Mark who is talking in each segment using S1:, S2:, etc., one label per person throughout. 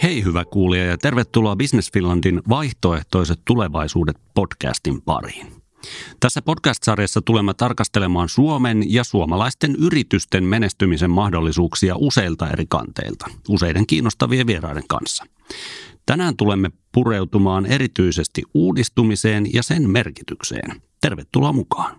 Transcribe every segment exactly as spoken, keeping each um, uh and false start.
S1: Hei hyvä kuulija ja tervetuloa Business Finlandin Vaihtoehtoiset tulevaisuudet podcastin pariin. Tässä podcast-sarjassa tulemme tarkastelemaan Suomen ja suomalaisten yritysten menestymisen mahdollisuuksia useilta eri kanteilta, useiden kiinnostavien vieraiden kanssa. Tänään tulemme pureutumaan erityisesti uudistumiseen ja sen merkitykseen. Tervetuloa mukaan.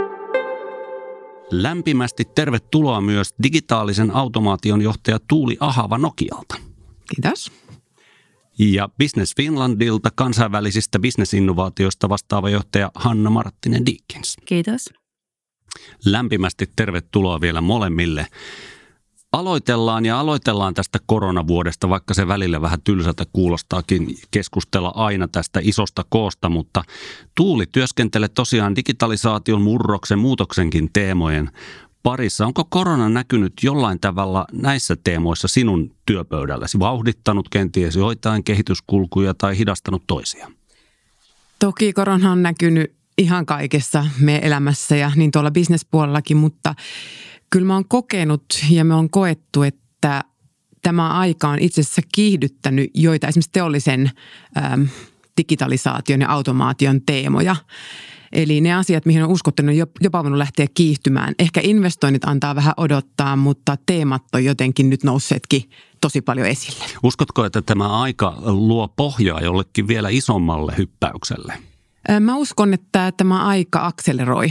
S1: Lämpimästi tervetuloa myös digitaalisen automaation johtaja Tuuli Ahava Nokialta.
S2: Kiitos.
S1: Ja Business Finlandilta kansainvälisistä bisnesinnovaatioista vastaava johtaja Hanna Marttinen Dickens.
S3: Kiitos.
S1: Lämpimästi tervetuloa vielä molemmille. Aloitellaan ja aloitellaan tästä koronavuodesta, vaikka se välillä vähän tylsältä kuulostaakin keskustella aina tästä isosta koosta, mutta Tuuli työskentelee tosiaan digitalisaation, murroksen, muutoksenkin teemojen parissa. Onko korona näkynyt jollain tavalla näissä teemoissa sinun työpöydälläsi, vauhdittanut kenties joitain kehityskulkuja tai hidastanut toisia?
S2: Toki korona on näkynyt ihan kaikessa meidän elämässä ja niin tuolla bisnespuolellakin, mutta kyllä mä oon kokenut ja me on koettu, että tämä aika on itse asiassa kiihdyttänyt joita esimerkiksi teollisen ähm, digitalisaation ja automaation teemoja. Eli ne asiat, mihin on uskottu, on jopa voinut lähteä kiihtymään. Ehkä investoinnit antaa vähän odottaa, mutta teemat on jotenkin nyt nousseetkin tosi paljon esille.
S1: Uskotko, että tämä aika luo pohjaa jollekin vielä isommalle hyppäykselle?
S2: Mä uskon, että tämä aika akseleroi.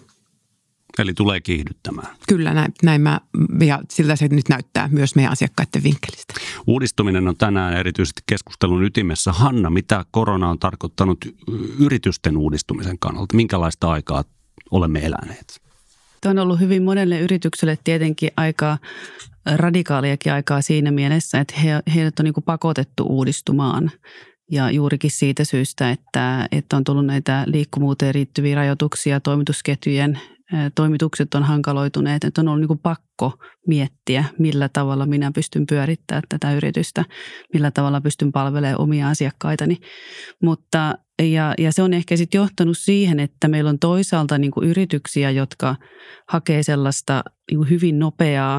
S1: Eli tulee kiihdyttämään.
S2: Kyllä, näin, näin mä, ja siltä se nyt näyttää myös meidän asiakkaiden vinkkelistä.
S1: Uudistuminen on tänään erityisesti keskustelun ytimessä. Hanna, mitä korona on tarkoittanut yritysten uudistumisen kannalta? Minkälaista aikaa olemme eläneet?
S3: Tämä on ollut hyvin monelle yritykselle tietenkin aika radikaaliakin aikaa siinä mielessä, että he, heidät on niin kuin pakotettu uudistumaan. Ja juurikin siitä syystä, että, että on tullut näitä liikkuvuuteen riittyviä rajoituksia, toimitusketjujen toimitukset on hankaloituneet, että on ollut niin kuin pakko miettiä, millä tavalla minä pystyn pyörittämään tätä yritystä, millä tavalla pystyn palvelemaan omia asiakkaitani. Mutta, ja, ja se on ehkä sitten johtanut siihen, että meillä on toisaalta niin kuin yrityksiä, jotka hakee sellaista niin kuin hyvin nopeaa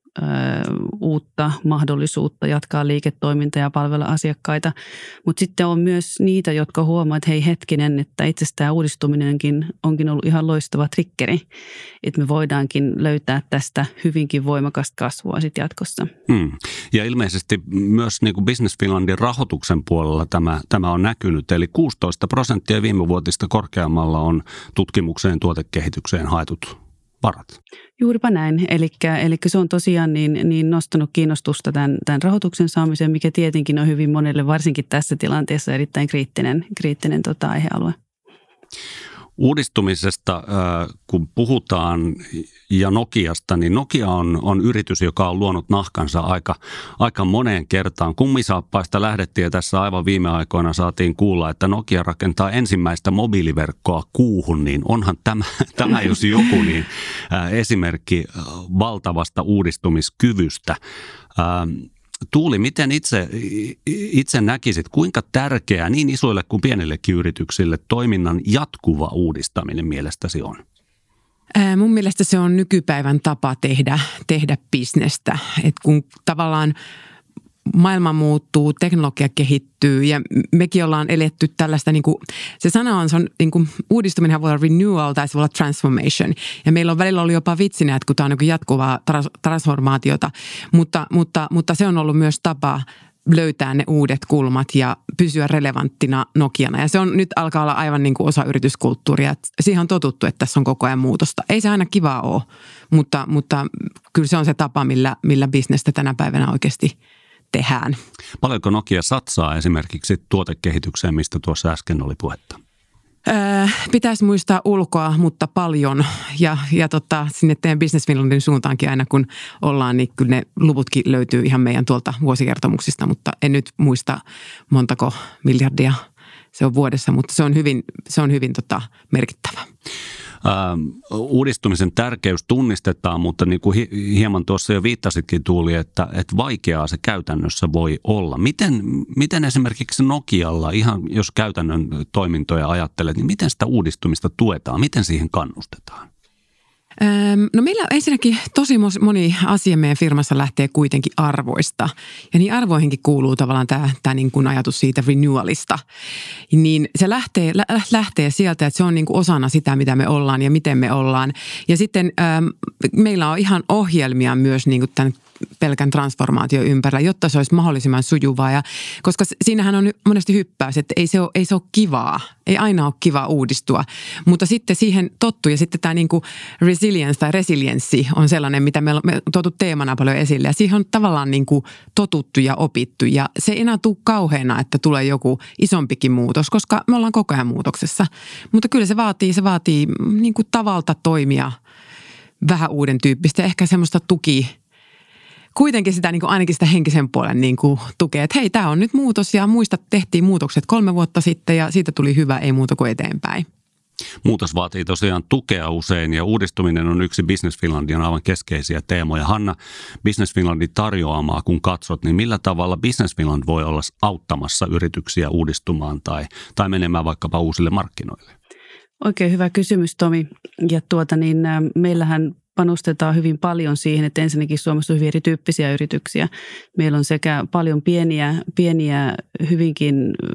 S3: uutta mahdollisuutta jatkaa liiketoimintaa ja palvella asiakkaita. Mutta sitten on myös niitä, jotka huomaa, että hei hetkinen, että itse asiassa tämä uudistuminenkin onkin ollut ihan loistava triggeri, että me voidaankin löytää tästä hyvinkin voimakasta kasvua sitten jatkossa.
S1: Hmm. Ja ilmeisesti myös niin kuin Business Finlandin rahoituksen puolella tämä, tämä on näkynyt, eli kuusitoista prosenttia viime vuotista korkeammalla on tutkimukseen, tuotekehitykseen haetut varat.
S3: Juuripa näin. Eli, eli se on tosiaan niin, niin nostanut kiinnostusta tämän, tämän rahoituksen saamiseen, mikä tietenkin on hyvin monelle, varsinkin tässä tilanteessa, erittäin kriittinen, kriittinen tota, aihealue.
S1: Uudistumisesta, kun puhutaan ja Nokiasta, niin Nokia on, on yritys, joka on luonut nahkansa aika, aika moneen kertaan. Kummisaappaista lähdettiin ja tässä aivan viime aikoina saatiin kuulla, että Nokia rakentaa ensimmäistä mobiiliverkkoa kuuhun, niin onhan tämä, tämä jos joku niin esimerkki valtavasta uudistumiskyvystä. Tuuli, miten itse, itse näkisit, kuinka tärkeää niin isoille kuin pienillekin yrityksille toiminnan jatkuva uudistaminen mielestäsi on?
S2: Ää, mun mielestä se on nykypäivän tapa tehdä, tehdä bisnestä. Et kun tavallaan maailma muuttuu, teknologia kehittyy ja mekin ollaan eletty tällaista, niin kuin, se sana on, se on niin kuin, uudistuminenhan voi olla renewal tai se voi olla transformation. Ja meillä on välillä ollut jopa vitsinä, että kun tämä on niin jatkuvaa transformaatiota, mutta, mutta, mutta se on ollut myös tapa löytää ne uudet kulmat ja pysyä relevanttina Nokiana. Ja se on nyt alkaa olla aivan niin kuin osa yrityskulttuuria. Siihen on totuttu, että tässä on koko ajan muutosta. Ei se aina kivaa ole, mutta, mutta kyllä se on se tapa, millä, millä bisnestä tänä päivänä oikeasti tehdään.
S1: Paljonko Nokia satsaa esimerkiksi tuotekehitykseen, mistä tuossa äsken oli puhetta?
S2: Öö, pitäisi muistaa ulkoa, mutta paljon. Ja, ja tota, sinne teidän Business Finlandin suuntaankin aina kun ollaan, niin kyllä ne luvutkin löytyy ihan meidän tuolta vuosikertomuksista, mutta en nyt muista montako miljardia se on vuodessa, mutta se on hyvin, se on hyvin tota, merkittävä.
S1: Ähm, uudistumisen tärkeys tunnistetaan, mutta niin kuin hi- hieman tuossa jo viittasitkin Tuuli, että, että vaikeaa se käytännössä voi olla. Miten, miten esimerkiksi Nokialla, ihan jos käytännön toimintoja ajattelet, niin miten sitä uudistumista tuetaan, miten siihen kannustetaan?
S2: No meillä ensinnäkin tosi moni asia meidän firmassa lähtee kuitenkin arvoista. Ja niin arvoihinkin kuuluu tavallaan tämä, tämä niin kuin ajatus siitä renewalista. Niin se lähtee, lähtee sieltä, että se on niin kuin osana sitä, mitä me ollaan ja miten me ollaan. Ja sitten ähm, meillä on ihan ohjelmia myös niin kuin tämän pelkän transformaatio ympärillä, jotta se olisi mahdollisimman sujuvaa. Ja, koska siinähän on monesti hyppäys, että ei se ole, ei se ole kivaa. Ei aina ole kiva uudistua, mutta sitten siihen tottuu. Ja sitten tämä niin kuin resilience tai resilienssi on sellainen, mitä me on tuotu teemana paljon esille. Ja siihen on tavallaan niin kuin totuttu ja opittu. Ja se ei enää tule kauheana, että tulee joku isompikin muutos, koska me ollaan koko ajan muutoksessa. Mutta kyllä se vaatii, se vaatii niin kuin tavalta toimia vähän uuden tyyppistä. Ehkä semmoista tuki. Kuitenkin sitä niin kuin ainakin sitä henkisen puolen niin kuin tukee, että hei, tämä on nyt muutos ja muista, tehtiin muutokset kolme vuotta sitten ja siitä tuli hyvä, ei muuta kuin eteenpäin.
S1: Muutos vaatii tosiaan tukea usein ja uudistuminen on yksi Business Finlandin aivan keskeisiä teemoja. Hanna, Business Finlandin tarjoamaa kun katsot, niin millä tavalla Business Finland voi olla auttamassa yrityksiä uudistumaan tai, tai menemään vaikkapa uusille markkinoille?
S3: Oikein hyvä kysymys, Tomi. Ja tuota niin, meillähän panostetaan hyvin paljon siihen, että ensinnäkin Suomessa on hyvin erityyppisiä yrityksiä. Meillä on sekä paljon pieniä, pieniä hyvinkin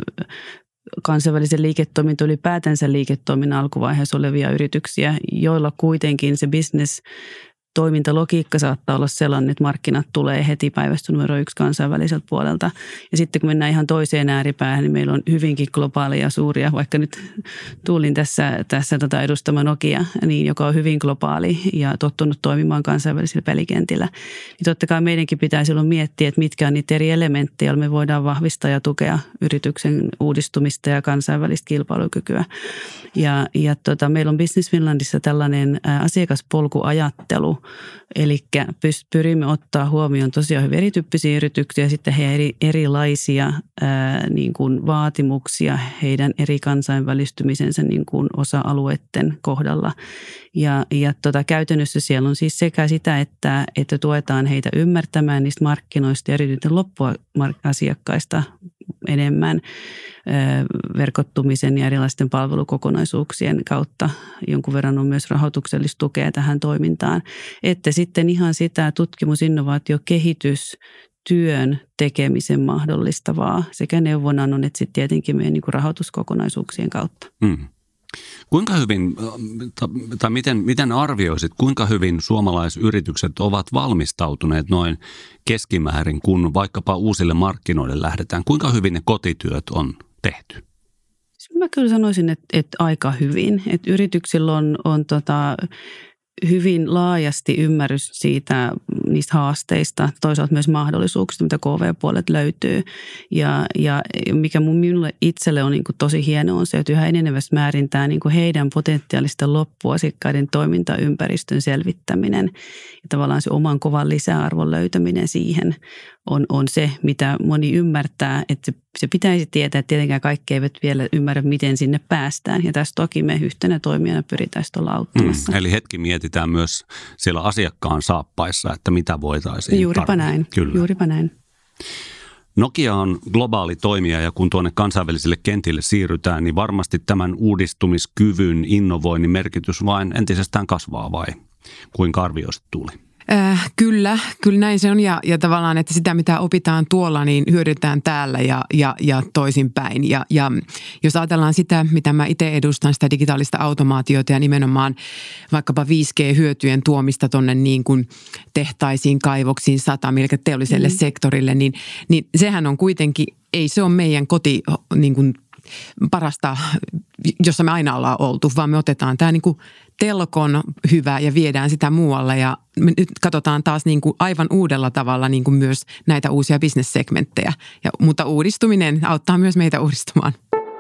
S3: kansainvälisen liiketoiminta ylipäätänsä liiketoiminnan alkuvaiheessa olevia yrityksiä, joilla kuitenkin se business toimintalogiikka saattaa olla sellainen, että markkinat tulee heti päivästä numero yksi kansainväliseltä puolelta. Ja sitten kun mennään ihan toiseen ääripäähän, niin meillä on hyvinkin globaaleja suuria, vaikka nyt tuulin tässä, tässä tota edustama Nokia, niin joka on hyvin globaali ja tottunut toimimaan kansainvälisillä pelikentillä. Niin totta kai meidänkin pitää silloin miettiä, että mitkä on niitä eri elementtejä, joilla me voidaan vahvistaa ja tukea yrityksen uudistumista ja kansainvälistä kilpailukykyä. Ja, ja tota, meillä on Business Finlandissa tällainen asiakaspolkuajattelu, eli pyrimme ottaa huomioon tosiaan hyvin erityyppisiä yrityksiä, sitten heidän eri, erilaisia ää, niin kuin vaatimuksia heidän eri kansainvälistymisensä niin kuin osa-alueiden kohdalla. Ja, ja tota, käytännössä siellä on siis sekä sitä, että, että tuetaan heitä ymmärtämään niistä markkinoista ja erityisesti loppuasiakkaista enemmän verkottumisen ja erilaisten palvelukokonaisuuksien kautta. Jonkun verran on myös rahoituksellista tukea tähän toimintaan. Että sitten ihan sitä tutkimus-, innovaatio-, kehitystyön tekemisen mahdollistavaa sekä neuvonannon että sitten tietenkin meidän niin kuin rahoituskokonaisuuksien kautta. Mm.
S1: Kuinka hyvin, tai miten, miten arvioisit, kuinka hyvin suomalaisyritykset ovat valmistautuneet noin keskimäärin, kun vaikkapa uusille markkinoille lähdetään? Kuinka hyvin ne kotityöt on tehty?
S3: Mä kyllä sanoisin, että, että aika hyvin. Että yrityksillä on, on tota, hyvin laajasti ymmärrys siitä, niistä haasteista, toisaalta myös mahdollisuuksista, mitä K V-puolet löytyy. Ja, ja mikä mun minulle itselle on niin kuin tosi hieno on se, että yhä enenevässä määrin tämä niin kuin heidän potentiaalisten loppuasiakkaiden toimintaympäristön selvittäminen ja tavallaan se oman kovan lisäarvon löytäminen siihen on, on se, mitä moni ymmärtää, että se, se pitäisi tietää, että tietenkään kaikki eivät vielä ymmärrä, miten sinne päästään. Ja tässä toki me yhtenä toimijana pyritään sitä olla auttamassa.
S1: Mm, eli hetki mietitään myös siellä asiakkaan saappaissa, että mitä voitaisiin
S3: Juuripa
S1: tarvita.
S3: näin,
S1: Kyllä.
S3: juuripa näin.
S1: Nokia on globaali toimija ja kun tuonne kansainvälisille kentille siirrytään, niin varmasti tämän uudistumiskyvyn, innovoinnin merkitys vain entisestään kasvaa vai kuinka arvioisit Tuuli?
S2: Äh, kyllä, kyllä näin se on ja, ja tavallaan, että sitä mitä opitaan tuolla, niin hyödytään täällä ja, ja, ja toisinpäin. Ja, ja jos ajatellaan sitä, mitä mä itse edustan, sitä digitaalista automaatiota ja nimenomaan vaikkapa viisi G-hyötyjen tuomista tuonne niin kuin tehtaisiin, kaivoksiin, satamille, teolliselle mm. sektorille, niin, niin sehän on kuitenkin, ei se ole meidän koti niin kuin parasta, jossa me aina ollaan oltu, vaan me otetaan tämä niin kuin telkon hyvä ja viedään sitä muualle ja me nyt katsotaan taas niin kuin aivan uudella tavalla niin kuin myös näitä uusia bisnessegmenttejä. Ja, mutta uudistuminen auttaa myös meitä uudistumaan.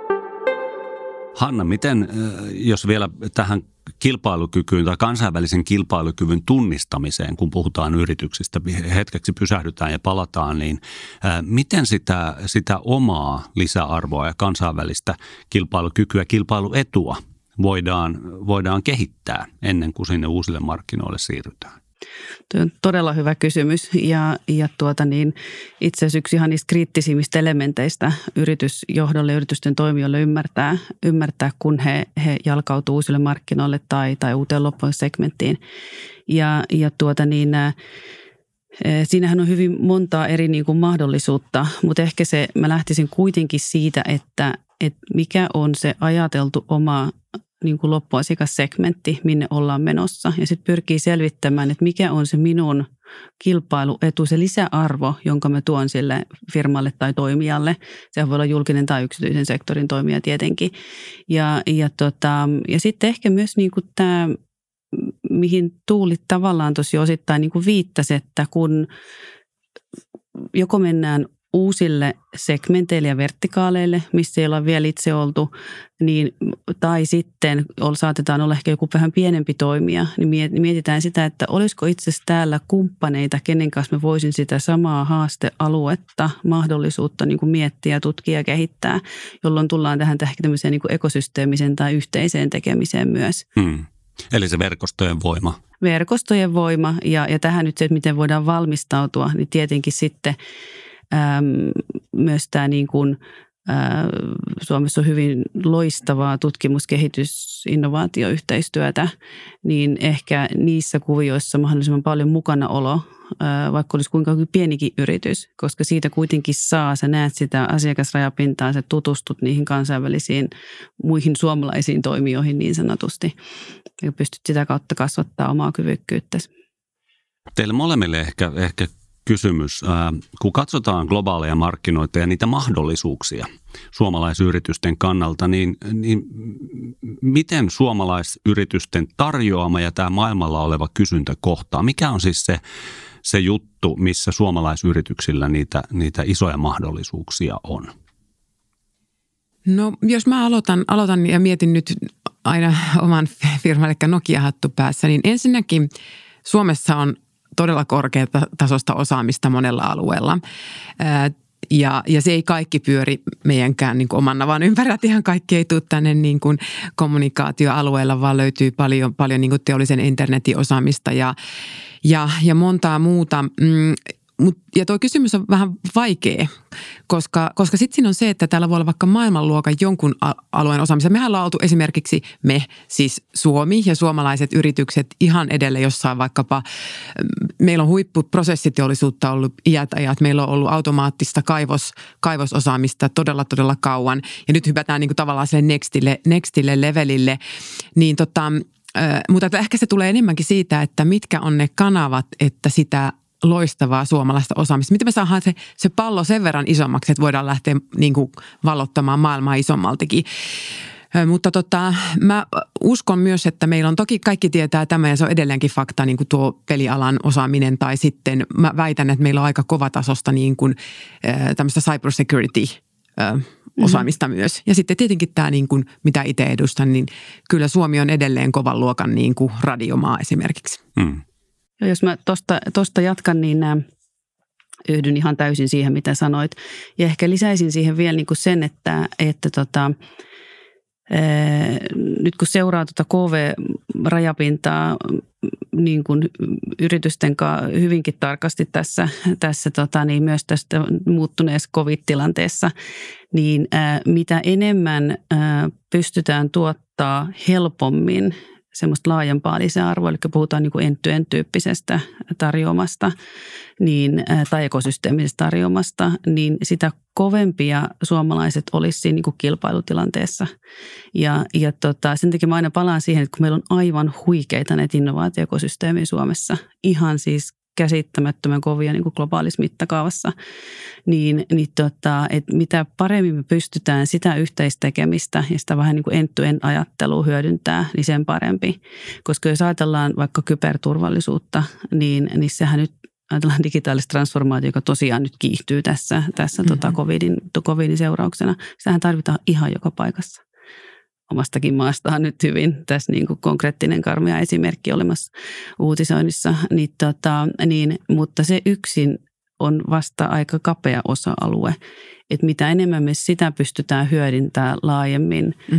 S1: Hanna, miten, jos vielä tähän kilpailukykyyn tai kansainvälisen kilpailukyvyn tunnistamiseen, kun puhutaan yrityksistä, hetkeksi pysähdytään ja palataan, niin miten sitä, sitä omaa lisäarvoa ja kansainvälistä kilpailukykyä, kilpailuetua voidaan, voidaan kehittää ennen kuin sinne uusille markkinoille siirrytään?
S3: Tuo on todella hyvä kysymys ja, ja tuota niin, itse asiassa yksi ihan niistä kriittisimmistä elementeistä yritysjohdolle ja yritysten toimijoille ymmärtää, ymmärtää kun he, he jalkautuu uusille markkinoille tai, tai uuteen loppuun-segmenttiin. Ja, ja tuota niin, siinähän on hyvin montaa eri niin kuin mahdollisuutta, mutta ehkä se, mä lähtisin kuitenkin siitä, että, että mikä on se ajateltu oma niin kuin loppuasiakassegmentti, minne ollaan menossa. Ja sitten pyrkii selvittämään, että mikä on se minun kilpailuetu, se lisäarvo, jonka mä tuon sille firmalle tai toimijalle. Sehän voi olla julkinen tai yksityisen sektorin toimija tietenkin. Ja, ja, tota, ja sitten ehkä myös niin kuin tämä, mihin Tuuli tavallaan tosi osittain niin kuin viittasi, että kun joko mennään uusille segmenteille ja vertikaaleille, missä ei olla vielä itse oltu, niin, tai sitten saatetaan olla ehkä joku vähän pienempi toimija, niin mietitään sitä, että olisiko itse asiassa täällä kumppaneita, kenen kanssa mä voisin sitä samaa haastealuetta, mahdollisuutta niin kuin miettiä, tutkia ja kehittää, jolloin tullaan tähän tämmöiseen niin kuin ekosysteemiseen tai yhteiseen tekemiseen myös. Hmm.
S1: Eli se verkostojen voima.
S3: Verkostojen voima ja, ja tähän nyt se, että miten voidaan valmistautua, niin tietenkin sitten äm, myös tämä niin kuin, ä, Suomessa on hyvin loistavaa tutkimus-, kehitys-, innovaatioyhteistyötä, niin ehkä niissä kuvioissa mahdollisimman paljon mukanaolo, ä, vaikka olisi kuinka pienikin yritys, koska siitä kuitenkin saa, sä näet sitä asiakasrajapintaa, sä tutustut niihin kansainvälisiin muihin suomalaisiin toimijoihin niin sanotusti. Ja pystyt sitä kautta kasvattaa omaa kyvykkyyttäsi.
S1: Teille molemmille ehkä, ehkä kysymys. Kun katsotaan globaaleja markkinoita ja niitä mahdollisuuksia suomalaisyritysten kannalta, niin, niin miten suomalaisyritysten tarjoama ja tämä maailmalla oleva kysyntä kohtaa? Mikä on siis se, se juttu, missä suomalaisyrityksillä niitä, niitä isoja mahdollisuuksia on?
S2: No jos mä aloitan, aloitan ja mietin nyt aina oman firman, eli Nokia-hattu päässä, niin ensinnäkin Suomessa on todella korkeatasoista osaamista monella alueella. Ja, ja se ei kaikki pyöri meidänkään niin kuin oman navan ympärillä. Ihan kaikki ei tule tänne niin kuin kommunikaatioalueella, vaan löytyy paljon, paljon niin kuin teollisen internetin osaamista ja, ja, ja montaa muuta. Mut, ja tuo kysymys on vähän vaikea, koska, koska sitten siinä on se, että täällä voi olla vaikka maailmanluokan jonkun alueen osaamista. Mehän ollaan oltu esimerkiksi me, siis Suomi ja suomalaiset yritykset ihan edelleen jossain vaikkapa, meillä on huippuprosessiteollisuutta ollut iät ajat, meillä on ollut automaattista kaivos, kaivososaamista todella todella kauan ja nyt hypätään niin kuin tavallaan sille nextille, nextille levelille, niin tota, mutta ehkä se tulee enemmänkin siitä, että mitkä on ne kanavat, että sitä loistavaa suomalaista osaamista. Miten me saadaan se, se pallo sen verran isommaksi, että voidaan lähteä niin kuin vallottamaan maailmaa isommaltakin. Mutta tota, mä uskon myös, että meillä on, toki kaikki tietää tämä ja se on edelleenkin fakta, niin kuin tuo pelialan osaaminen tai sitten mä väitän, että meillä on aika kovatasosta niin kuin tämmöistä cybersecurity osaamista mm-hmm. myös. Ja sitten tietenkin tämä, niin kuin, mitä itse edustan, niin kyllä Suomi on edelleen kovan luokan niin kuin radiomaa esimerkiksi. Mm.
S3: Ja jos mä tosta, tosta jatkan, niin äh, yhdyn ihan täysin siihen, mitä sanoit. Ja ehkä lisäisin siihen vielä niin kuin sen, että, että tota, ää, nyt kun seuraa tuota K V-rajapintaa niin kuin yritysten kanssa hyvinkin tarkasti tässä, tässä tota, niin myös tästä muuttuneessa covid-tilanteessa, niin ää, mitä enemmän ää, pystytään tuottaa helpommin semmoista laajempaa lisäarvoa, eli puhutaan niin kuin end-to-end-tyyppisestä tarjoamasta niin, tai ekosysteemisestä tarjoamasta, niin sitä kovempia suomalaiset olisi siinä niin kuin kilpailutilanteessa. Ja, ja tota, sen takia mä aina palaan siihen, että kun meillä on aivan huikeita näitä innovaatioekosysteemiä Suomessa, ihan siis käsittämättömän kovia niin kuin globaalissa mittakaavassa, niin, niin tota, että mitä paremmin me pystytään sitä yhteistekemistä ja sitä vähän niin kuin end-to-end-ajattelua hyödyntää, niin sen parempi. Koska jos ajatellaan vaikka kyberturvallisuutta, niin, niin sehän nyt ajatellaan digitaalista transformaatiota, joka tosiaan nyt kiihtyy tässä, tässä mm-hmm. tota COVIDin, COVIDin seurauksena. Sitähän tarvitaan ihan joka paikassa. Omastakin maastaan nyt hyvin tässä niin kuin konkreettinen karmea esimerkki olemassa uutisoinnissa, niin tota, niin, mutta se yksin on vasta aika kapea osa-alue, että mitä enemmän me sitä pystytään hyödyntämään laajemmin, mm-hmm.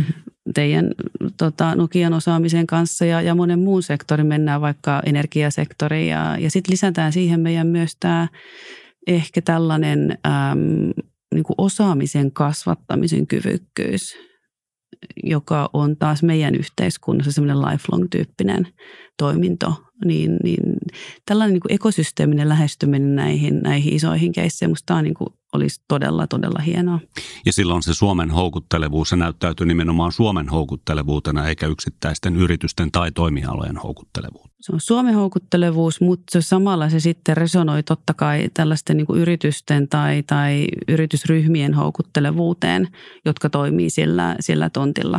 S3: teidän tota, Nokian osaamisen kanssa ja, ja monen muun sektorin, mennään vaikka energiasektoriin ja, ja sitten lisätään siihen meidän myös tämä ehkä tällainen äm, niin kuin osaamisen kasvattamisen kyvykkyys, joka on taas meidän yhteiskunnassa semmoinen lifelong-tyyppinen toiminto, niin, niin tällainen niin kuin ekosysteeminen lähestyminen näihin, näihin isoihin keisseihin, musta tämä niin kuin olisi todella, todella hienoa.
S1: Ja silloin se Suomen houkuttelevuus, se näyttäytyy nimenomaan Suomen houkuttelevuutena eikä yksittäisten yritysten tai toimialojen houkuttelevuutta.
S3: Se on Suomen houkuttelevuus, mutta samalla se sitten resonoi totta kai tällaisten niin kuin yritysten tai, tai yritysryhmien houkuttelevuuteen, jotka toimii sillä, sillä tontilla.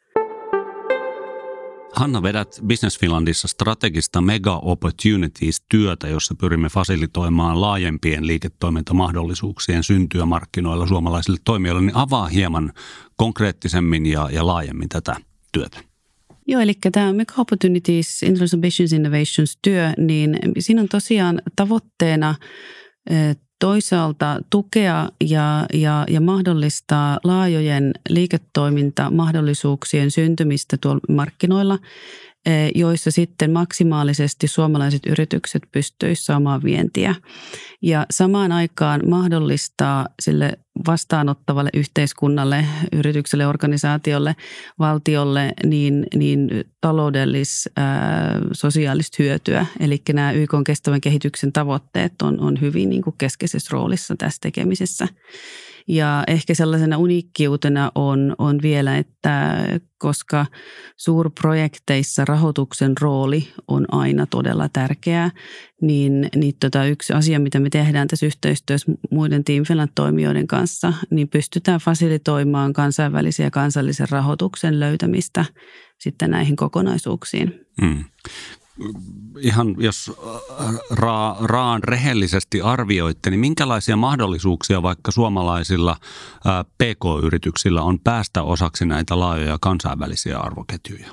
S1: Hanna, vedät Business Finlandissa strategista Mega Opportunities-työtä, jossa pyrimme fasilitoimaan laajempien liiketoimintamahdollisuuksien syntyä markkinoilla suomalaisille toimijoille. Niin avaa hieman konkreettisemmin ja, ja laajemmin tätä työtä.
S3: Joo, eli tämä Mega Opportunities International Business Innovations-työ, niin siinä on tosiaan tavoitteena toisaalta tukea ja, ja, ja mahdollistaa laajojen liiketoimintamahdollisuuksien syntymistä tuolla markkinoilla, joissa sitten maksimaalisesti suomalaiset yritykset pystyisivät saamaan vientiä. Ja samaan aikaan mahdollistaa sille vastaanottavalle yhteiskunnalle, yritykselle, organisaatiolle, valtiolle niin, niin taloudellis, ää, sosiaalista hyötyä. Eli nämä Y K:n kestävän kehityksen tavoitteet on, on hyvin niin kuin keskeisessä roolissa tässä tekemisessä. Ja ehkä sellaisena uniikkiutena on, on vielä, että koska suurprojekteissa rahoituksen rooli on aina todella tärkeää, niin, niin tota yksi asia, mitä me tehdään tässä yhteistyössä muiden Team Finland-toimijoiden kanssa, niin pystytään fasilitoimaan kansainvälisiä ja kansallisen rahoituksen löytämistä sitten näihin kokonaisuuksiin. Mm.
S1: Ihan jos ra, raan rehellisesti arvioitte, niin minkälaisia mahdollisuuksia vaikka suomalaisilla ää, P K-yrityksillä on päästä osaksi näitä laajoja kansainvälisiä arvoketjuja?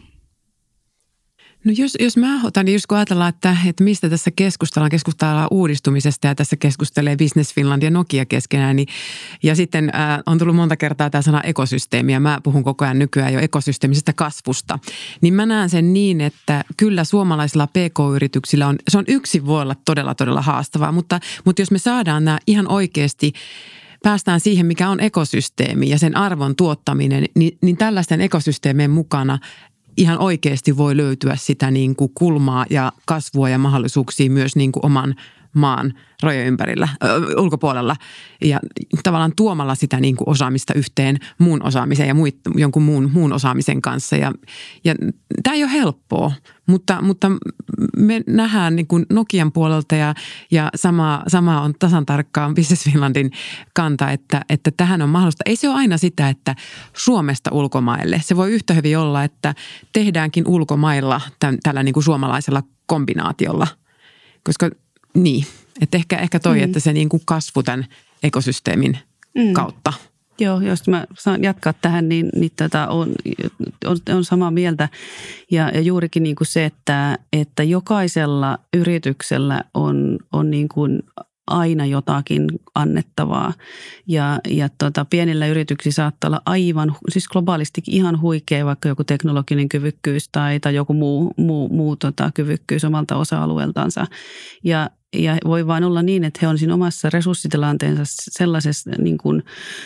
S2: No jos, jos mä otan, niin just kun ajatellaan, että, että mistä tässä keskustellaan, keskustellaan uudistumisesta ja tässä keskustelee Business Finland ja Nokia keskenään, niin, ja sitten äh, on tullut monta kertaa tämä sana ekosysteemi ja mä puhun koko ajan nykyään jo ekosysteemisestä kasvusta, niin mä näen sen niin, että kyllä suomalaisilla P K-yrityksillä on, se on yksin voi olla todella todella haastavaa, mutta, mutta jos me saadaan nämä ihan oikeasti päästään siihen, mikä on ekosysteemi ja sen arvon tuottaminen, niin, niin tällaisten ekosysteemien mukana ihan oikeasti voi löytyä sitä niin kuin kulmaa ja kasvua ja mahdollisuuksia myös niin kuin oman maan rajojen ympärillä, ö, ulkopuolella ja tavallaan tuomalla sitä niin kuin osaamista yhteen muun osaamisen ja muit, jonkun muun, muun osaamisen kanssa. Ja, ja tämä ei ole helppoa, mutta, mutta me nähdään niin kuin Nokian puolelta ja, ja sama, sama on tasan tarkkaan Business Finlandin kanta, että, että tähän on mahdollista. Ei se ole aina sitä, että Suomesta ulkomaille. Se voi yhtä hyvin olla, että tehdäänkin ulkomailla tämän, tällä niin kuin suomalaisella kombinaatiolla, koska niin, että ehkä, ehkä toi, mm. että se niin kuin kasvu tämän ekosysteemin mm. kautta.
S3: Joo, jos mä saan jatkaa tähän, niin, niin tätä on, on, on samaa mieltä. Ja, ja juurikin niin kuin se, että, että jokaisella yrityksellä on, on niin kuin aina jotakin annettavaa. Ja, ja tota, pienillä yrityksillä saattaa olla aivan, siis globaalistikin ihan huikea, vaikka joku teknologinen kyvykkyys tai, tai joku muu, muu, muu tota, kyvykkyys omalta osa-alueeltansa. Ja Ja voi vain olla niin, että he on siinä omassa resurssitilanteensa sellaisessa niin kuin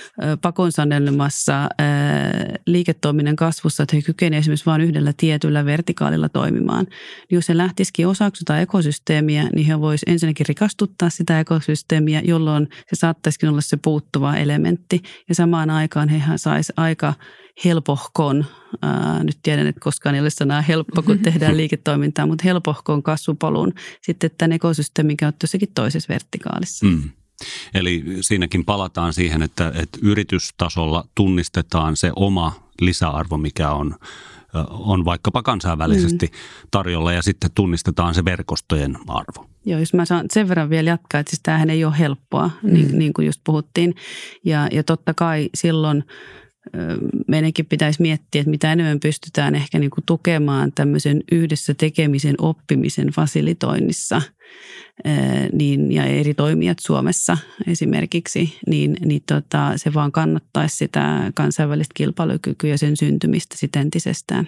S3: pakonsanelemassa liiketoiminnan kasvussa, että he kykenevät esimerkiksi vain yhdellä tietyllä vertikaalilla toimimaan. Niin jos he lähtisikin osaksi jotain ekosysteemiä, niin he voisivat ensinnäkin rikastuttaa sitä ekosysteemiä, jolloin se saattaisikin olla se puuttuva elementti. Ja samaan aikaan he saisivat aika helpohkon, ää, nyt tiedän, että koskaan ei ole sanaa helppo, kun tehdään liiketoimintaa, mutta helpohkon kasvupolun sitten tämän ekosysteemin kautta jossakin toisessa vertikaalissa. Mm.
S1: Eli siinäkin palataan siihen, että, että yritystasolla tunnistetaan se oma lisäarvo, mikä on, on vaikkapa kansainvälisesti mm. tarjolla ja sitten tunnistetaan se verkostojen arvo.
S3: Joo, jos mä saan sen verran vielä jatkaa, että siis tämähän ei ole helppoa, mm. niin, niin kuin just puhuttiin. Ja, ja totta kai silloin meidänkin pitäisi miettiä, että mitä enemmän pystytään ehkä niin kuin tukemaan tämmöisen yhdessä tekemisen oppimisen fasilitoinnissa niin, ja eri toimijat Suomessa esimerkiksi, niin, niin tota, se vaan kannattaisi sitä kansainvälistä kilpailukykyä ja sen syntymistä sitten entisestään.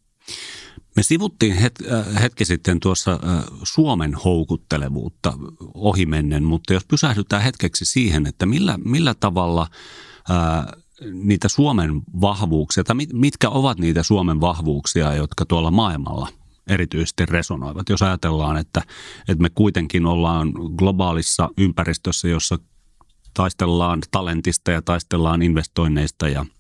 S1: Me sivuttiin hetki sitten tuossa Suomen houkuttelevuutta ohimennen, mutta jos pysähdytään hetkeksi siihen, että millä, millä tavalla ää, niitä Suomen vahvuuksia, tai mitkä ovat niitä Suomen vahvuuksia, jotka tuolla maailmalla erityisesti resonoivat. Jos ajatellaan, että, että me kuitenkin ollaan globaalissa ympäristössä, jossa taistellaan talentista ja taistellaan investoinneista ja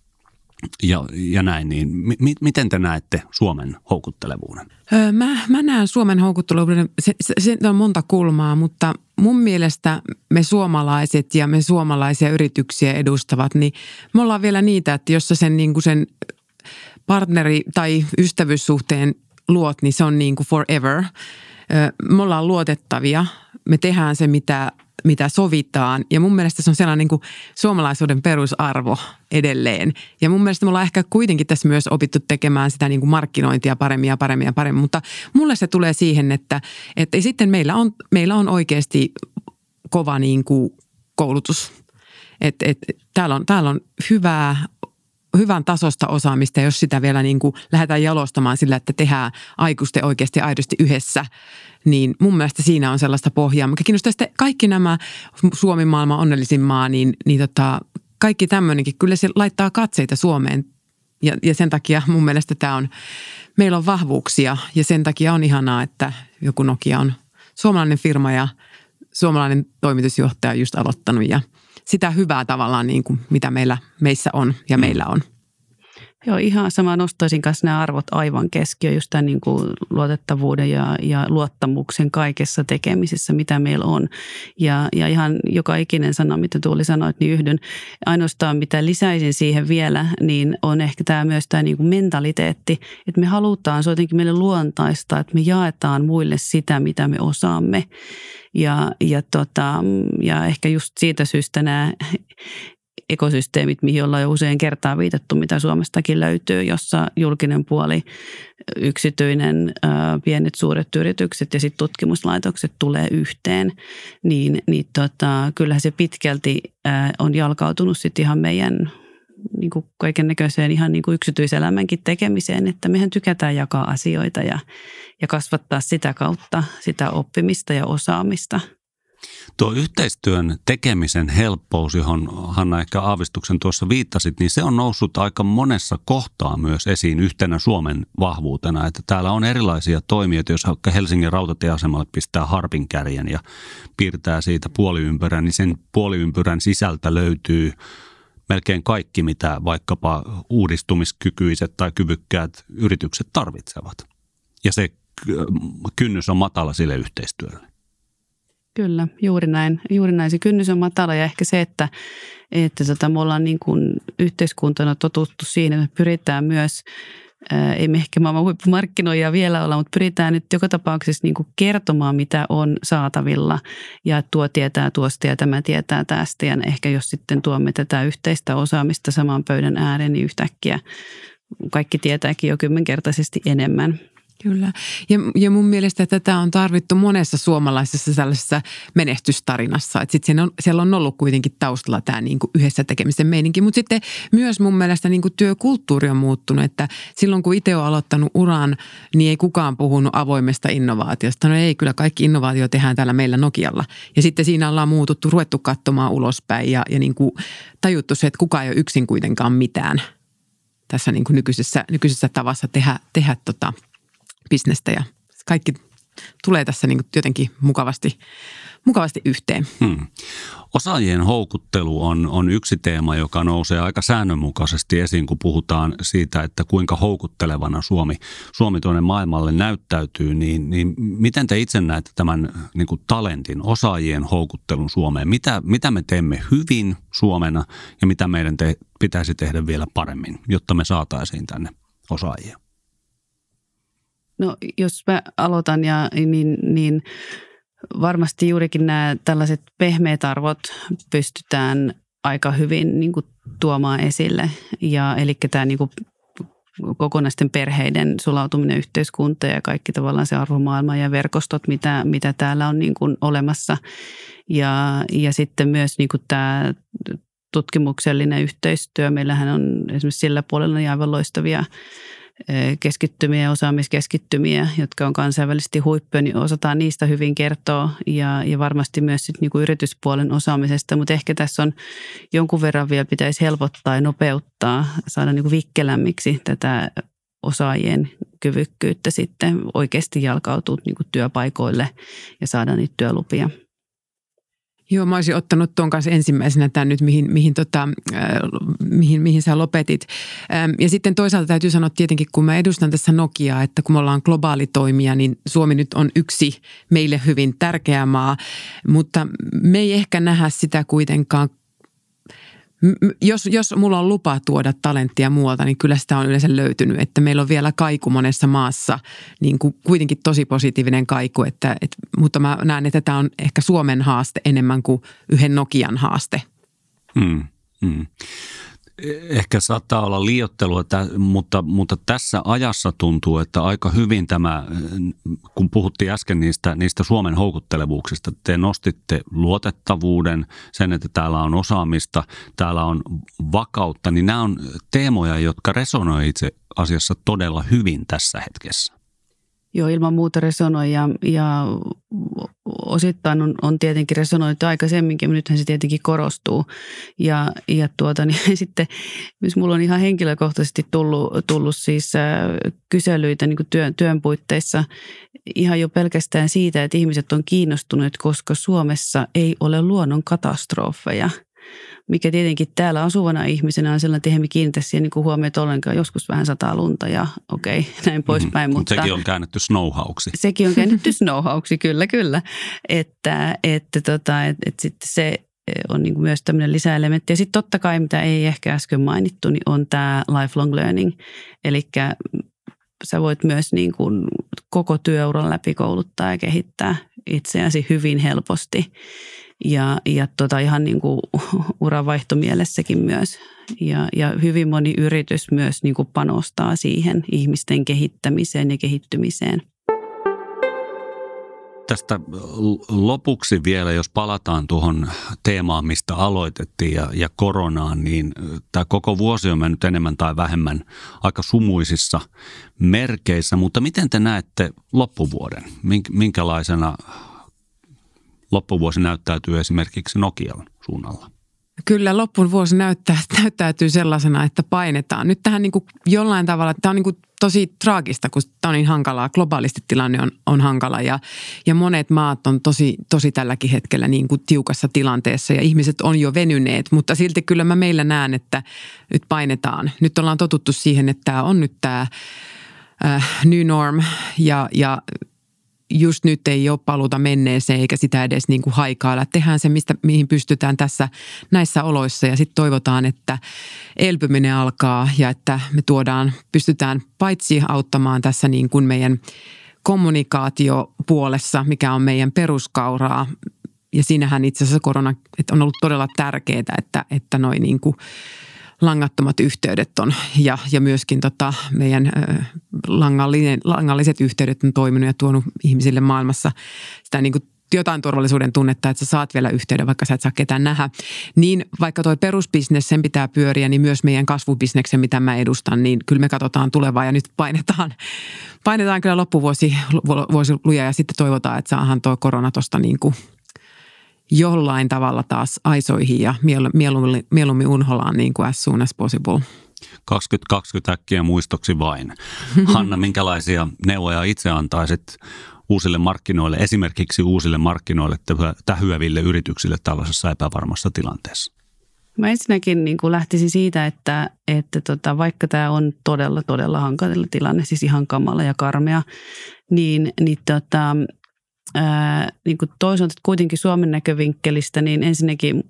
S1: Ja, ja näin, niin mi, miten te näette Suomen houkuttelevuuden?
S2: Öö, mä, mä näen Suomen houkuttelevuuden, se, se, se on monta kulmaa, mutta mun mielestä me suomalaiset ja me suomalaisia yrityksiä edustavat, niin me ollaan vielä niitä, että jos sä sen, niin kuin sen partneri- tai ystävyyssuhteen luot, niin se on niin kuin forever. Öö, me ollaan luotettavia, me tehdään se, mitä mitä sovitaan. Ja mun mielestä se on sellainen niin kuin suomalaisuuden perusarvo edelleen. Ja mun mielestä me ollaan ehkä kuitenkin tässä myös opittu tekemään sitä niin kuin markkinointia paremmin ja paremmin ja paremmin. Mutta mulle se tulee siihen, että, että sitten meillä on, meillä on oikeasti kova niin kuin koulutus. Että et, täällä on, täällä on hyvää, hyvän tasosta osaamista, jos sitä vielä niin kuin lähdetään jalostamaan sillä, että tehdään aikuisten oikeasti aidosti yhdessä, niin mun mielestä siinä on sellaista pohjaa. Mikä kiinnostaa sitten kaikki nämä Suomi maailman onnellisin maa, niin, niin tota, kaikki tämmöinenkin, kyllä se laittaa katseita Suomeen. Ja, ja sen takia mun mielestä tämä on, meillä on vahvuuksia ja sen takia on ihanaa, että joku Nokia on suomalainen firma ja suomalainen toimitusjohtaja on just aloittanut ja sitä hyvää tavallaan niin kuin mitä meillä, meissä on ja mm. meillä on.
S3: Joo, ihan sama nostaisin kanssa nämä arvot aivan keskiö, just tämän niin kuin luotettavuuden ja, ja luottamuksen kaikessa tekemisessä, mitä meillä on. Ja, ja ihan joka ikinen sana, mitä Tuuli sanoit, niin yhdyn. Ainoastaan mitä lisäisin siihen vielä, niin on ehkä tämä myös tämä niin kuin mentaliteetti, että me halutaan, se on jotenkin meille luontaista, että me jaetaan muille sitä, mitä me osaamme. Ja, ja, tota, ja ehkä just siitä syystä nämä ekosysteemit, mihin ollaan jo usein kertaa viitattu, mitä Suomestakin löytyy, jossa julkinen puoli, yksityinen, pienet, suuret yritykset ja sitten tutkimuslaitokset tulee yhteen, niin, niin tota, kyllähän se pitkälti on jalkautunut sitten ihan meidän niin kuin kaiken näköiseen ihan niin kuin yksityiselämänkin tekemiseen, että mehän tykätään jakaa asioita ja, ja kasvattaa sitä kautta sitä oppimista ja osaamista.
S1: Tuo yhteistyön tekemisen helppous, johon Hanna ehkä aavistuksen tuossa viittasit, niin se on noussut aika monessa kohtaa myös esiin yhtenä Suomen vahvuutena. Että täällä on erilaisia toimijoita, jos vaikka Helsingin rautatieasemalle pistää harpin kärjen ja piirtää siitä puoliympyrän, niin sen puoliympyrän sisältä löytyy melkein kaikki, mitä vaikkapa uudistumiskykyiset tai kyvykkäät yritykset tarvitsevat. Ja se kynnys on matala sille yhteistyölle.
S3: Kyllä, juuri näin. Juuri näin. Se kynnys on matala ja ehkä se, että, että tota, me ollaan niin kuin yhteiskuntana totuttu siinä, että me pyritään myös, ää, ei me ehkä maailman huippumarkkinoijia vielä olla, mutta pyritään nyt joka tapauksessa niin kuin kertomaan, mitä on saatavilla ja tuo tietää tuosta ja tämä tietää tästä. Ja ehkä jos sitten tuomme tätä yhteistä osaamista saman pöydän ääreen, niin yhtäkkiä kaikki tietääkin jo kymmenkertaisesti enemmän.
S2: Kyllä. Ja, ja mun mielestä tätä on tarvittu monessa suomalaisessa sellaisessa menestystarinassa. Että sitten on, siellä on ollut kuitenkin taustalla tämä niinku yhdessä tekemisen meininki. Mutta sitten myös mun mielestä niinku työkulttuuri on muuttunut. Että silloin kun itse olen aloittanut uran, niin ei kukaan puhunut avoimesta innovaatiosta. No ei, kyllä kaikki innovaatio tehdään täällä meillä Nokialla. Ja sitten siinä ollaan muututtu, ruvettu katsomaan ulospäin ja, ja niinku tajuttu se, että kukaan ei ole yksin kuitenkaan mitään tässä niinku nykyisessä, nykyisessä tavassa tehdä, tehdä tota bisnestä ja kaikki tulee tässä niin kuin jotenkin mukavasti, mukavasti yhteen. Hmm.
S1: Osaajien houkuttelu on, on yksi teema, joka nousee aika säännönmukaisesti esiin, kun puhutaan siitä, että kuinka houkuttelevana Suomi, Suomi tuonne maailmalle näyttäytyy. Niin, niin miten te itse näette tämän niin kuin talentin, osaajien houkuttelun Suomeen? Mitä, mitä me teemme hyvin Suomena ja mitä meidän te, pitäisi tehdä vielä paremmin, jotta me saataisiin tänne osaajia?
S3: No jos mä aloitan, ja, niin, niin varmasti juurikin nämä tällaiset pehmeät arvot pystytään aika hyvin niin kuin tuomaan esille. Ja eli tämä niin kuin kokonaisten perheiden sulautuminen yhteiskuntaan ja kaikki tavallaan se arvomaailma ja verkostot, mitä, mitä täällä on niin kuin olemassa. Ja, ja sitten myös niin kuin tämä tutkimuksellinen yhteistyö. Meillähän on esimerkiksi sillä puolella niin aivan loistavia keskittymiä ja osaamiskeskittymiä, jotka on kansainvälisesti huippuja, niin osataan niistä hyvin kertoa ja, ja varmasti myös sit niinku yrityspuolen osaamisesta, mutta ehkä tässä on jonkun verran vielä pitäisi helpottaa ja nopeuttaa, saada niinku vikkelämmiksi tätä osaajien kyvykkyyttä sitten oikeasti jalkautua niinku työpaikoille ja saada niitä työlupia.
S2: Joo, mä olisin ottanut tuon kanssa ensimmäisenä tämän nyt, mihin, mihin, tota, äh, mihin, mihin sä lopetit. Ähm, ja sitten toisaalta täytyy sanoa tietenkin, kun mä edustan tässä Nokiaa, että kun me ollaan globaali toimija, niin Suomi nyt on yksi meille hyvin tärkeä maa, mutta me ei ehkä nähdä sitä kuitenkaan. Jos, jos mulla on lupa tuoda talenttia muualta, niin kyllä sitä on yleensä löytynyt, että meillä on vielä kaiku monessa maassa, niin kuin kuitenkin tosi positiivinen kaiku, että, että, mutta mä näen, että tämä on ehkä Suomen haaste enemmän kuin yhden Nokian haaste.
S1: Hmm, hmm. Ehkä saattaa olla liioittelua, mutta, mutta tässä ajassa tuntuu, että aika hyvin tämä, kun puhuttiin äsken niistä, niistä Suomen houkuttelevuuksista, te nostitte luotettavuuden, sen, että täällä on osaamista, täällä on vakautta, niin nämä on teemoja, jotka resonoi itse asiassa todella hyvin tässä hetkessä.
S3: Joo, ilman muuta resonoi ja, ja osittain on, on tietenkin resonoinut aikaisemminkin, mutta nythän se tietenkin korostuu. Ja, ja tuota, niin sitten myös mulla on ihan henkilökohtaisesti tullut, tullut siis äh, kyselyitä niin kuin työn, työn puitteissa ihan jo pelkästään siitä, että ihmiset on kiinnostuneet, koska Suomessa ei ole luonnon katastrofeja. Mikä tietenkin täällä asuvana ihmisenä on sellainen, että eihän me kiinnitä siihen niin huomiota ollenkaan. Joskus vähän sataa lunta ja okei, okay, näin poispäin.
S1: Mm, mutta sekin on käännetty snowhauksi.
S3: Sekin on käännetty snowhauksi, kyllä, kyllä. Että, että, tota, että, että sitten se on niin kuin myös tämmöinen lisäelementti. Ja sitten totta kai, mitä ei ehkä äsken mainittu, niin on tämä lifelong learning. Eli sä voit myös niin kuin koko työuran läpi kouluttaa ja kehittää itseäsi hyvin helposti. Ja, ja tota ihan niin kuin uranvaihtomielessäkin myös. Ja, ja hyvin moni yritys myös niin kuin panostaa siihen ihmisten kehittämiseen ja kehittymiseen.
S1: Tästä lopuksi vielä, jos palataan tuohon teemaan, mistä aloitettiin ja, ja koronaan, niin tämä koko vuosi on mennyt enemmän tai vähemmän aika sumuisissa merkeissä. Mutta miten te näette loppuvuoden? Minkälaisena loppuvuosi näyttäytyy esimerkiksi Nokian suunnalla? Kyllä
S2: loppuvuosi näyttää, näyttäytyy sellaisena, että painetaan. Nyt tähän niin kuin jollain tavalla, tämä on niin kuin tosi traagista, kun tämä on niin hankalaa. Globaalisti tilanne on, on hankala ja, ja monet maat on tosi, tosi tälläkin hetkellä niin kuin tiukassa tilanteessa ja ihmiset on jo venyneet. Mutta silti kyllä mä meillä näen, että nyt painetaan. Nyt ollaan totuttu siihen, että tämä on nyt tämä äh, new norm ja, ja just nyt ei ole paluuta menneeseen eikä sitä edes niin kuin haikailla. Tehdään se, mistä, mihin pystytään tässä näissä oloissa ja sitten toivotaan, että elpyminen alkaa ja että me tuodaan, pystytään paitsi auttamaan tässä niin kuin meidän kommunikaatiopuolessa, mikä on meidän peruskauraa. Ja siinähän itse asiassa korona että on ollut todella tärkeää, että, että noin niin kuin langattomat yhteydet on ja, ja myöskin tota meidän ö, langallinen, langalliset yhteydet on toiminut ja tuonut ihmisille maailmassa sitä niin kuin jotain turvallisuuden tunnetta, että sä saat vielä yhteyden, vaikka sä et saa ketään nähdä. Niin vaikka toi perusbisnes, sen pitää pyöriä, niin myös meidän kasvubisneksen, mitä mä edustan, niin kyllä me katsotaan tulevaa ja nyt painetaan, painetaan kyllä loppuvuosi vuosi luja ja sitten toivotaan, että saadaan tuo korona tuosta niin kuin jollain tavalla taas aisoihin ja mieluummin, mieluummin unholaan niin kuin as soon as possible.
S1: kaksituhattakaksikymmentä äkkiä muistoksi vain. Hanna, minkälaisia neuvoja itse antaisit uusille markkinoille, esimerkiksi uusille markkinoille tähyäville yrityksille tällaisessa epävarmassa tilanteessa?
S3: Mä ensinnäkin niin kuin lähtisin siitä, että, että tota, vaikka tämä on todella, todella hankala tilanne, siis ihan kamala ja karmea, niin, niin tota, Ää, niin kuin toisaalta kuitenkin Suomen näkövinkkelistä, niin ensinnäkin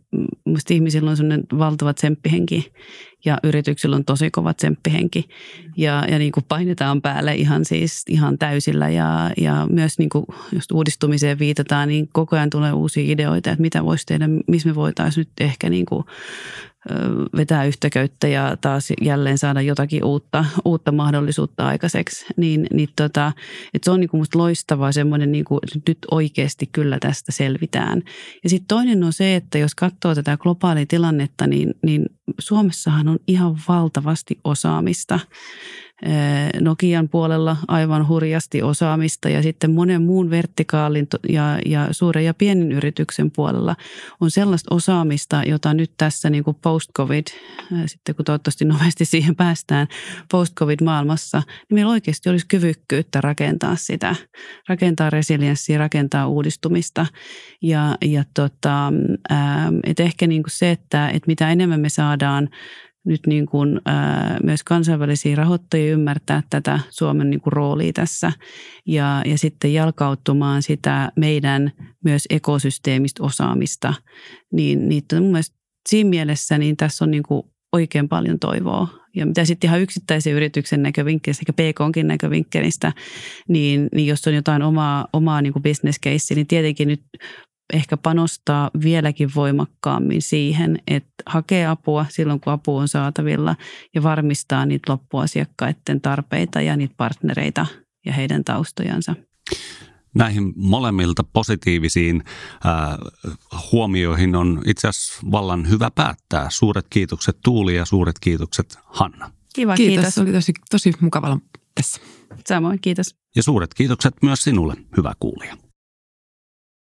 S3: musta ihmisillä on sellainen valtava tsemppihenki ja yrityksillä on tosi kova tsemppihenki ja, ja niin kuin painetaan päälle ihan siis ihan täysillä ja, ja myös niin kuin just uudistumiseen viitataan, niin koko ajan tulee uusia ideoita, että mitä voisi tehdä, missä me voitaisiin nyt ehkä niin kuin vetää yhtä köyttä ja taas jälleen saada jotakin uutta, uutta mahdollisuutta aikaiseksi. Niin, niin tota, että se on niin kuin musta loistavaa semmoinen, niin kuin, että nyt oikeasti kyllä tästä selvitään. Ja sitten toinen on se, että jos katsoo tätä globaalia tilannetta, niin, niin Suomessahan on ihan valtavasti osaamista. Nokian puolella aivan hurjasti osaamista ja sitten monen muun vertikaalin ja, ja suuren ja pienen yrityksen puolella on sellaista osaamista, jota nyt tässä niin kuin post-covid, sitten kun toivottavasti nopeasti siihen päästään post-covid-maailmassa, niin meillä oikeasti olisi kyvykkyyttä rakentaa sitä, rakentaa resilienssiä, rakentaa uudistumista ja, ja tota, et ehkä niin kuin se, että, että mitä enemmän me saadaan nyt niin kuin, ää, myös kansainvälisiä rahoittajia ymmärtää tätä Suomen niin kuin roolia tässä ja, ja sitten jalkautumaan sitä meidän myös ekosysteemistä osaamista. Niin, niin mun mielestä siinä mielessä niin tässä on niin kuin oikein paljon toivoa. Ja mitä sitten ihan yksittäisen yrityksen näkövinkkelistä, eikä P K:nkin näkövinkkelistä, niin, niin jos on jotain omaa, omaa niin kuin business case, niin tietenkin nyt ehkä panostaa vieläkin voimakkaammin siihen, että hakee apua silloin, kun apu on saatavilla ja varmistaa niitä loppuasiakkaiden tarpeita ja niitä partnereita ja heidän taustojansa.
S1: Näihin molemmilta positiivisiin äh, huomioihin on itse asiassa vallan hyvä päättää. Suuret kiitokset Tuuli ja suuret kiitokset Hanna.
S3: Kiva,
S2: kiitos.
S3: kiitos.
S2: Oli tosi, tosi mukava olla tässä.
S3: Samoin, kiitos.
S1: Ja suuret kiitokset myös sinulle, hyvä kuulija.